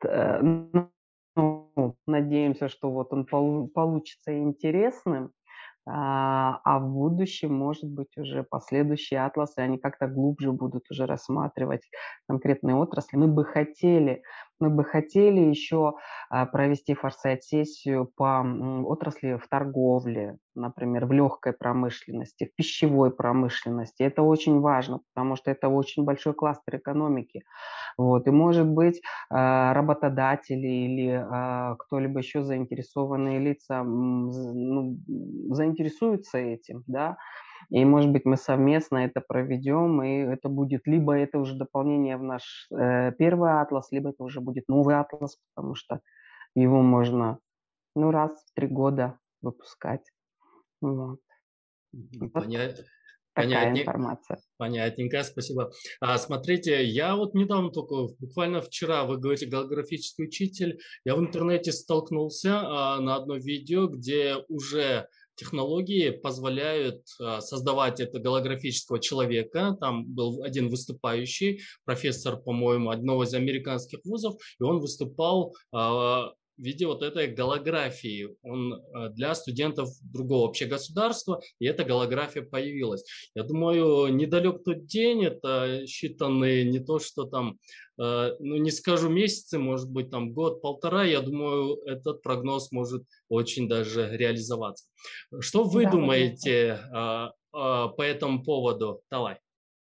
надеемся, что он получится интересным, а в будущем, может быть, уже последующие атласы, они как-то глубже будут уже рассматривать конкретные отрасли. Мы бы хотели Мы бы хотели еще провести форсайт-сессию по отрасли в торговле, например, в легкой промышленности, в пищевой промышленности. Это очень важно, потому что это очень большой кластер экономики. Вот. И, может быть, работодатели или кто-либо еще заинтересованные лица заинтересуются этим, да, и, может быть, мы совместно это проведем, и это будет либо это уже дополнение в наш первый атлас, либо это уже будет новый атлас, потому что его можно, раз в 3 года выпускать. Вот. Вот такая информация. Понятненько, спасибо. Смотрите, я вот недавно только, буквально вчера, вы говорите, голографический учитель, я в интернете столкнулся на одно видео, где уже технологии позволяют создавать это голографического человека. Там был один выступающий, профессор, по-моему, одного из американских вузов, и он выступал в виде вот этой голографии. Он для студентов другого вообще государства, и эта голография появилась. Я думаю, недалек тот день, это считанные не то, что там, не скажу месяцы, может быть, там год-полтора, я думаю, этот прогноз может очень даже реализоваться. Что вы думаете по этому поводу, Талай?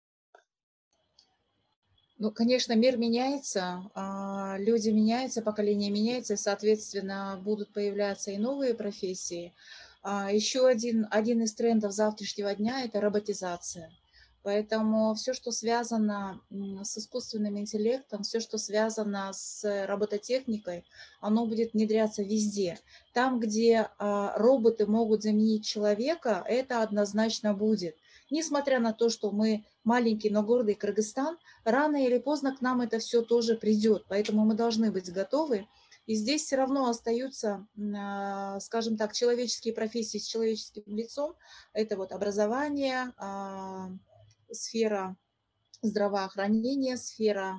Ну, конечно, мир меняется, люди меняются, поколение меняется, и, соответственно, будут появляться и новые профессии. Еще один из трендов завтрашнего дня – это роботизация. Поэтому все, что связано с искусственным интеллектом, все, что связано с робототехникой, оно будет внедряться везде. Там, где роботы могут заменить человека, это однозначно будет. Несмотря на то, что мы маленький, но гордый Кыргызстан, рано или поздно к нам это все тоже придет, поэтому мы должны быть готовы. И здесь все равно остаются, скажем так, человеческие профессии с человеческим лицом. Это вот образование, сфера здравоохранения, сфера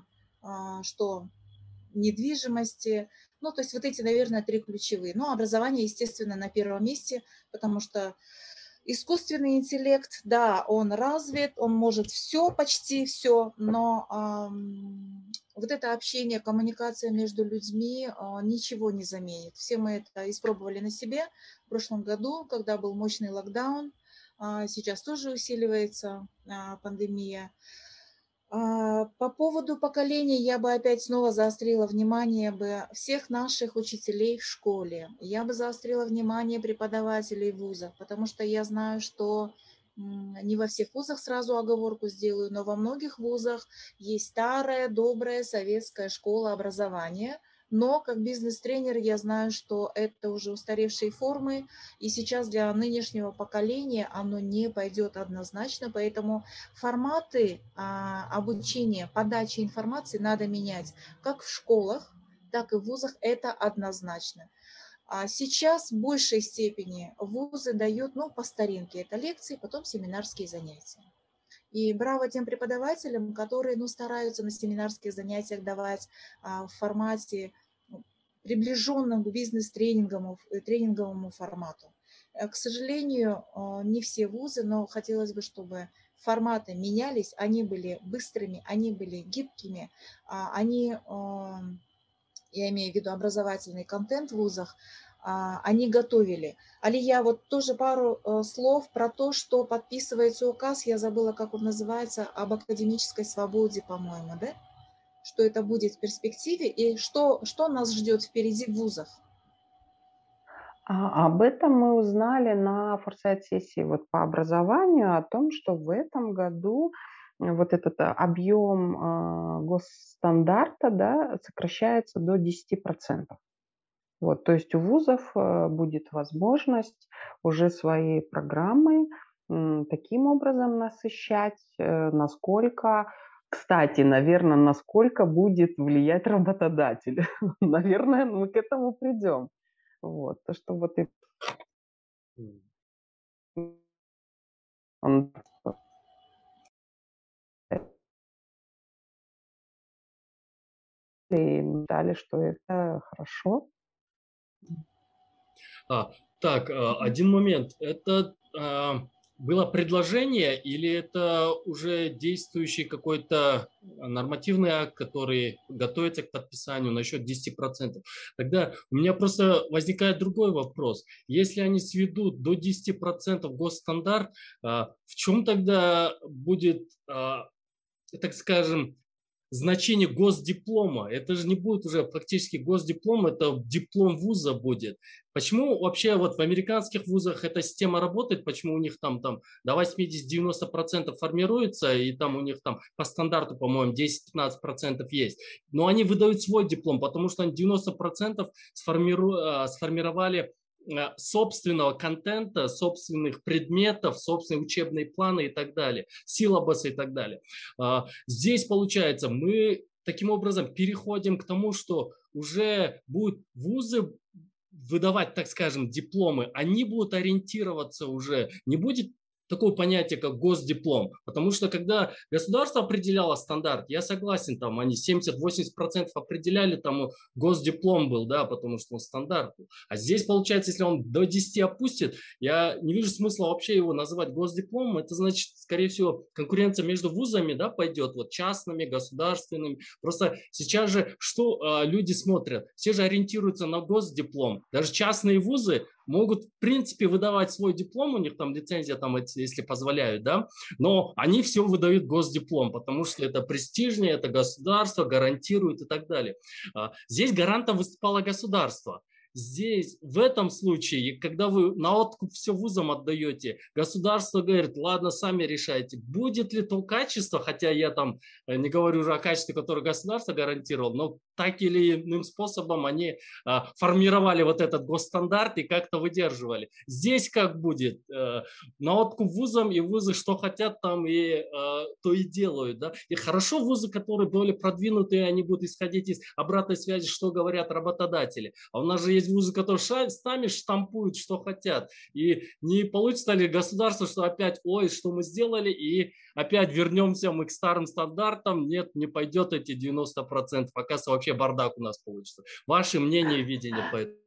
недвижимости. Ну, то есть вот эти, наверное, 3 ключевые. Но образование, естественно, на первом месте, потому что искусственный интеллект, да, он развит, он может все, почти все, но вот это общение, коммуникация между людьми ничего не заменит. Все мы это испробовали на себе в прошлом году, когда был мощный локдаун, сейчас тоже усиливается пандемия. По поводу поколений я бы опять снова заострила внимание всех наших учителей в школе. Я бы заострила внимание преподавателей в вузах, потому что я знаю, что не во всех вузах, сразу оговорку сделаю, но во многих вузах есть старая, добрая советская школа образования. Но как бизнес-тренер я знаю, что это уже устаревшие формы, и сейчас для нынешнего поколения оно не пойдет однозначно, поэтому форматы обучения, подачи информации надо менять как в школах, так и в вузах, это однозначно. Сейчас в большей степени вузы дают, по старинке, это лекции, потом семинарские занятия. И браво тем преподавателям, которые стараются на семинарских занятиях давать в формате приближенном к бизнес-тренинговому формату. К сожалению, не все вузы, но хотелось бы, чтобы форматы менялись, они были быстрыми, они были гибкими, я имею в виду образовательный контент в вузах, они готовили. Алия, вот тоже пару слов про то, что подписывается указ, я забыла, как он называется, об академической свободе, по-моему, да? Что это будет в перспективе и что нас ждет впереди в вузах? Об этом мы узнали на форсайт-сессии по образованию, о том, что в этом году вот этот объем госстандарта, да, сокращается до 10%. То есть у вузов будет возможность уже свои программы таким образом насыщать, насколько, кстати, наверное, насколько будет влиять работодатель. Наверное, мы к этому придем. То, что он и дали, что это хорошо. Так, один момент. Это было предложение или это уже действующий какой-то нормативный акт, который готовится к подписанию насчет 10%? Тогда у меня просто возникает другой вопрос. Если они сведут до 10% госстандарт, в чем тогда будет, так скажем, значение госдиплома? Это же не будет уже фактически госдиплом, это диплом вуза будет. Почему вообще вот в американских вузах эта система работает, почему у них там до 80-90% формируется, и там у них там по стандарту, по-моему, 10-15% есть. Но они выдают свой диплом, потому что они 90% сформировали собственного контента, собственных предметов, собственные учебные планы и так далее, силабусы и так далее. Здесь, получается, мы таким образом переходим к тому, что уже будут вузы выдавать, так скажем, дипломы, они будут ориентироваться уже, не будет такого понятия, как госдиплом. Потому что когда государство определяло стандарт, я согласен, там они 70-80% определяли, там госдиплом был, да, потому что он стандарт был. А здесь, получается, если он до 10 опустит, я не вижу смысла вообще его называть госдипломом. Это значит, скорее всего, конкуренция между вузами, да, пойдет, вот частными, государственными. Просто сейчас же что люди смотрят? Все же ориентируются на госдиплом. Даже частные вузы могут, в принципе, выдавать свой диплом, у них там лицензия, там, если позволяют, да, но они все выдают госдиплом, потому что это престижнее, это государство гарантирует и так далее. Здесь гарантом выступало государство. Здесь, в этом случае, когда вы на откуп все вузам отдаете, государство говорит, ладно, сами решайте, будет ли то качество, хотя я там не говорю уже о качестве, которое государство гарантировало, но так или иным способом они формировали вот этот госстандарт и как-то выдерживали. Здесь как будет? На откуп вузам, и вузы что хотят, там и то и делают. Да? И хорошо вузы, которые более продвинутые, они будут исходить из обратной связи, что говорят работодатели. А у нас же есть вузы, которые сами штампуют, что хотят. И не получится ли государство, что опять, ой, что мы сделали, и опять вернемся мы к старым стандартам. Нет, не пойдет эти 90%. Оказывается, вообще бардак у нас получится. Ваше мнение и видение по этому?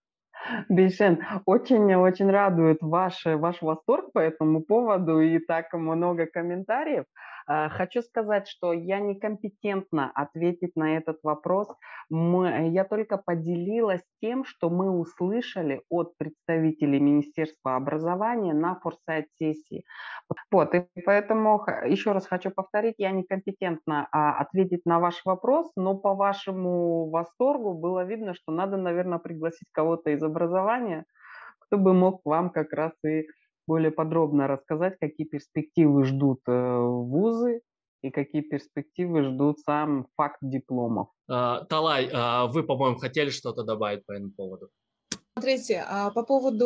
Бейшен, очень радует ваш восторг по этому поводу и так много комментариев. Хочу сказать, что я некомпетентна ответить на этот вопрос. Я только поделилась тем, что мы услышали от представителей Министерства образования на форсайт-сессии. Вот, и поэтому еще раз хочу повторить, я некомпетентна ответить на ваш вопрос, но по вашему восторгу было видно, что надо, наверное, пригласить кого-то из образования, кто бы мог вам как раз и более подробно рассказать, какие перспективы ждут вузы и какие перспективы ждут сам факт дипломов. Талай, вы, по-моему, хотели что-то добавить по этому поводу? Смотрите, по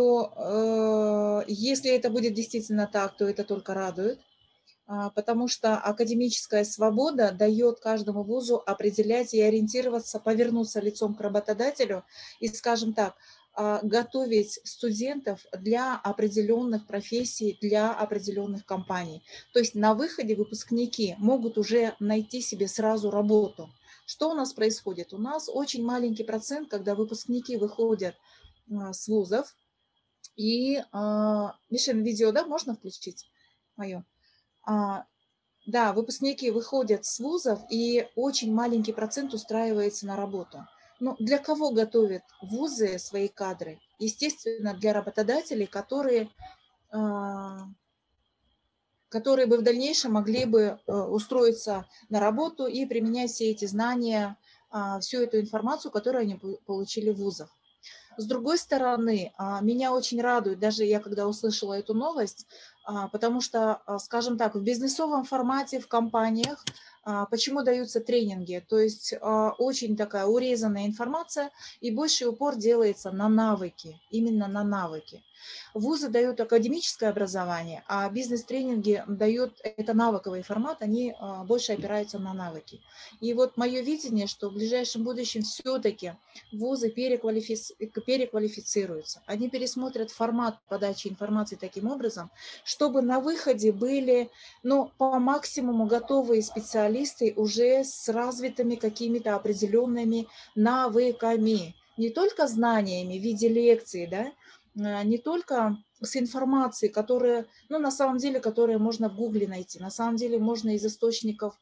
поводу, если это будет действительно так, то это только радует, потому что академическая свобода дает каждому вузу определять и ориентироваться, повернуться лицом к работодателю и, скажем так, готовить студентов для определенных профессий, для определенных компаний. То есть на выходе выпускники могут уже найти себе сразу работу. Что у нас происходит? У нас очень маленький процент, когда выпускники выходят с вузов. И, Мишель, видео, да, можно включить мое? Да, выпускники выходят с вузов, и очень маленький процент устраивается на работу. Но для кого готовят вузы свои кадры? Естественно, для работодателей, которые бы в дальнейшем могли бы устроиться на работу и применять все эти знания, всю эту информацию, которую они получили в вузах. С другой стороны, меня очень радует, даже я когда услышала эту новость, потому что, скажем так, в бизнесовом формате, в компаниях, почему даются тренинги? То есть очень такая урезанная информация, и больший упор делается на навыки, именно на навыки. Вузы дают академическое образование, а бизнес-тренинги дают, это навыковый формат, они больше опираются на навыки. И вот мое видение, что в ближайшем будущем все-таки вузы переквалифицируются. Они пересмотрят формат подачи информации таким образом, чтобы на выходе были, по максимуму готовые специалисты уже с развитыми какими-то определенными навыками. Не только знаниями в виде лекций, да, не только с информацией, которая, ну, на самом деле, которые можно в Гугле найти. На самом деле можно из источников,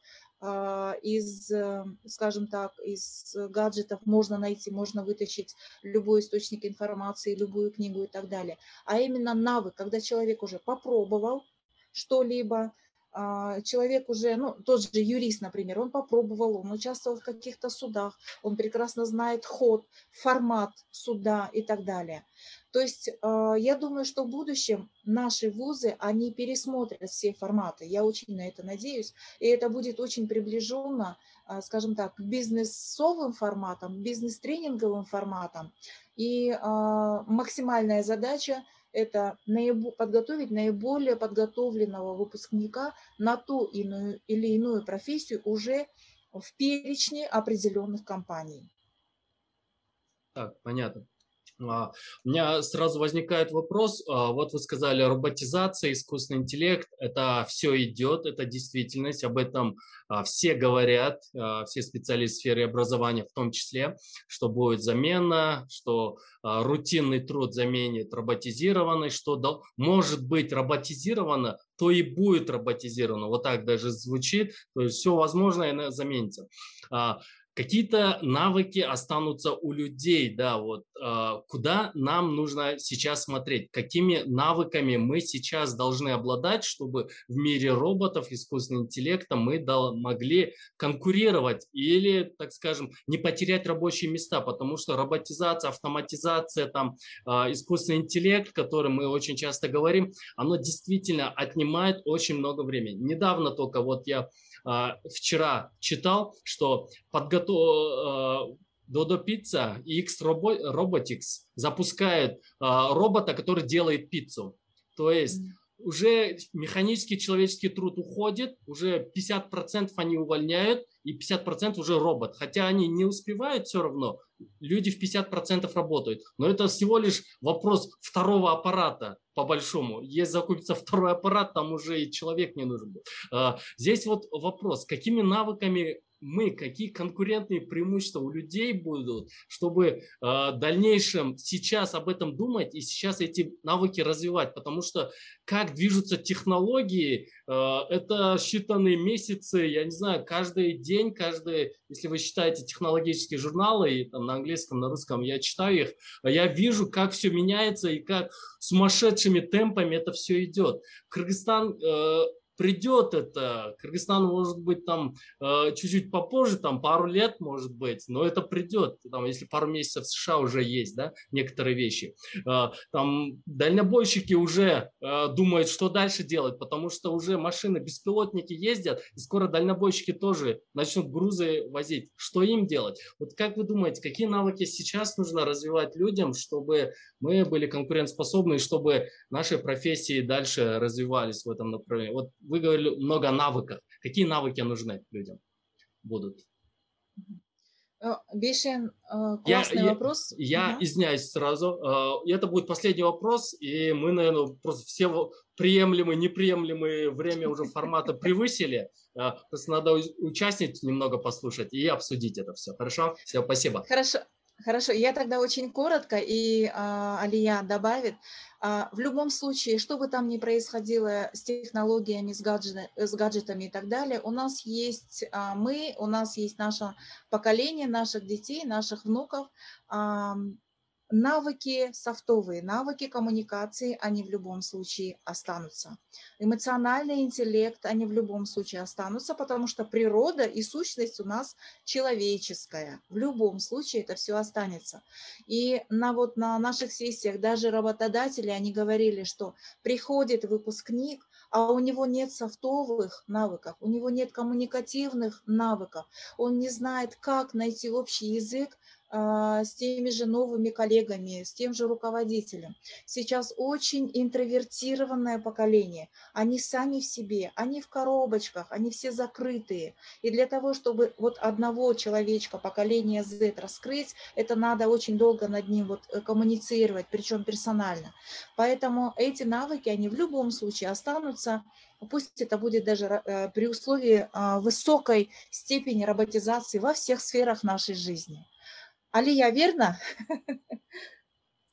скажем так, из гаджетов можно найти, можно вытащить любой источник информации, любую книгу и так далее. А именно навык, когда человек уже попробовал что-либо, человек уже, ну, тот же юрист, например, он попробовал, он участвовал в каких-то судах, он прекрасно знает ход, формат суда и так далее. То есть я думаю, что в будущем наши вузы, они пересмотрят все форматы. Я очень на это надеюсь. И это будет очень приближенно, скажем так, к бизнесовым форматам, бизнес-тренинговым форматам. И максимальная задача – это подготовить наиболее подготовленного выпускника на ту или иную профессию уже в перечне определенных компаний. Так, понятно. У меня сразу возникает вопрос. Вот вы сказали, роботизация, искусственный интеллект, это все идет, это действительность, об этом все говорят, все специалисты в сфере образования в том числе, что будет замена, что рутинный труд заменит роботизированный, что может быть роботизировано, то и будет роботизировано. Вот так даже звучит, то есть все возможное заменится. Какие-то навыки останутся у людей, да, вот куда нам нужно сейчас смотреть, какими навыками мы сейчас должны обладать, чтобы в мире роботов, искусственного интеллекта мы могли конкурировать или, так скажем, не потерять рабочие места, потому что роботизация, автоматизация, там, искусственный интеллект, о котором мы очень часто говорим, оно действительно отнимает очень много времени. Недавно только вот я вчера читал, что Dodo Pizza и X Robotics запускает робота, который делает пиццу. То есть уже механический человеческий труд уходит, уже 50% они увольняют, и 50% уже робот. Хотя они не успевают все равно, люди в 50% работают. Но это всего лишь вопрос второго аппарата, по большому. Если закупится второй аппарат, там уже и человек не нужен будет. Здесь вот вопрос, какими навыками какие конкурентные преимущества у людей будут, чтобы в дальнейшем сейчас об этом думать и сейчас эти навыки развивать, потому что как движутся технологии, это считанные месяцы, я не знаю, каждый день, если вы читаете технологические журналы, и там на английском, на русском, я читаю их, я вижу, как все меняется и как сумасшедшими темпами это все идет. Кыргызстан придет это. Кыргызстан может быть там чуть-чуть попозже, там пару лет может быть, но это придет. Там, если пару месяцев в США уже есть, да, некоторые вещи. Там дальнобойщики уже думают, что дальше делать, потому что уже машины, беспилотники ездят, и скоро дальнобойщики тоже начнут грузы возить. Что им делать? Вот как вы думаете, какие навыки сейчас нужно развивать людям, чтобы мы были конкурентоспособны, чтобы наши профессии дальше развивались в этом направлении? Вот вы говорили много о навыках. Какие навыки нужны людям будут? Бейшен, классный вопрос. Я извиняюсь сразу. Это будет последний вопрос, и мы, наверное, просто все приемлемые, неприемлемые время уже формата превысили. Просто надо участниц немного послушать и обсудить это все. Хорошо? Все, спасибо. Хорошо, я тогда очень коротко, и Алия добавит. В любом случае, что бы там ни происходило с технологиями, с гаджетами и так далее, у нас есть у нас есть наше поколение, наших детей, наших внуков. Навыки софтовые, навыки коммуникации, они в любом случае останутся. Эмоциональный интеллект, они в любом случае останутся, потому что природа и сущность у нас человеческая. В любом случае это все останется. И на наших сессиях даже работодатели, они говорили, что приходит выпускник, а у него нет софтовых навыков, у него нет коммуникативных навыков, он не знает, как найти общий язык с теми же новыми коллегами, с тем же руководителем. Сейчас очень интровертированное поколение. Они сами в себе, они в коробочках, они все закрытые. И для того, чтобы вот одного человечка, поколения Z раскрыть, это надо очень долго над ним коммуницировать, причем персонально. Поэтому эти навыки, они в любом случае останутся. Пусть это будет даже при условии высокой степени роботизации во всех сферах нашей жизни. Алия, верно?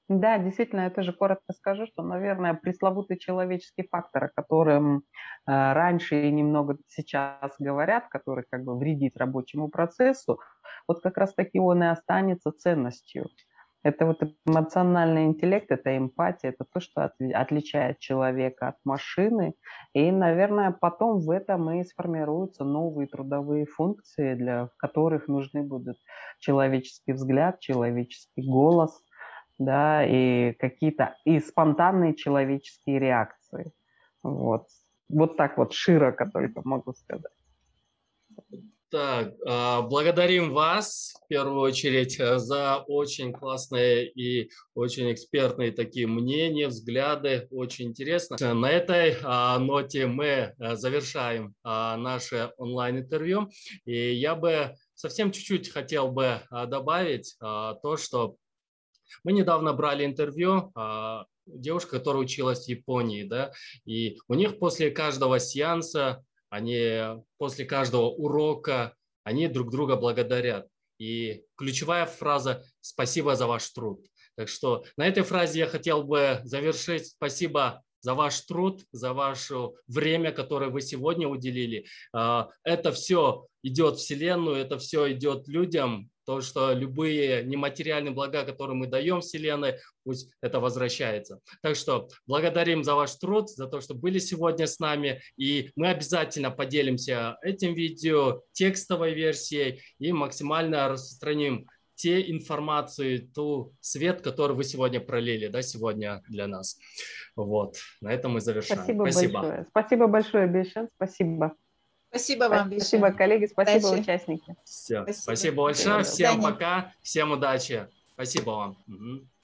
Да, действительно, я тоже коротко скажу, что, наверное, пресловутый человеческий фактор, о котором раньше и немного сейчас говорят, который как бы вредит рабочему процессу, вот как раз-таки он и останется ценностью. Это вот эмоциональный интеллект, это эмпатия, это то, что отличает человека от машины. И, наверное, потом в этом и сформируются новые трудовые функции, в которых нужны будут человеческий взгляд, человеческий голос, да, и какие-то и спонтанные человеческие реакции. Вот. Вот так вот широко только могу сказать. Так, благодарим вас в первую очередь за очень классные и очень экспертные такие мнения, взгляды. Очень интересно. На этой ноте мы завершаем наше онлайн-интервью. И я бы совсем чуть-чуть хотел бы добавить то, что мы недавно брали интервью девушка, которая училась в Японии, да, и у них после каждого сеанса, после каждого урока, они друг друга благодарят. И ключевая фраза «Спасибо за ваш труд». Так что на этой фразе я хотел бы завершить. Спасибо за ваш труд, за ваше время, которое вы сегодня уделили. Это все идет Вселенную, это все идет людям. То, что любые нематериальные блага, которые мы даем Вселенной, пусть это возвращается. Так что благодарим за ваш труд, за то, что были сегодня с нами. И мы обязательно поделимся этим видео, текстовой версией и максимально распространим те информации, ту свет, который вы сегодня пролили, да, сегодня для нас. Вот, на этом мы завершаем. Спасибо большое. Спасибо большое, Бейшен, спасибо. Спасибо вам, Бейшен. Спасибо, коллеги, спасибо, участники. Все, спасибо большое, всем пока, всем удачи. Спасибо вам.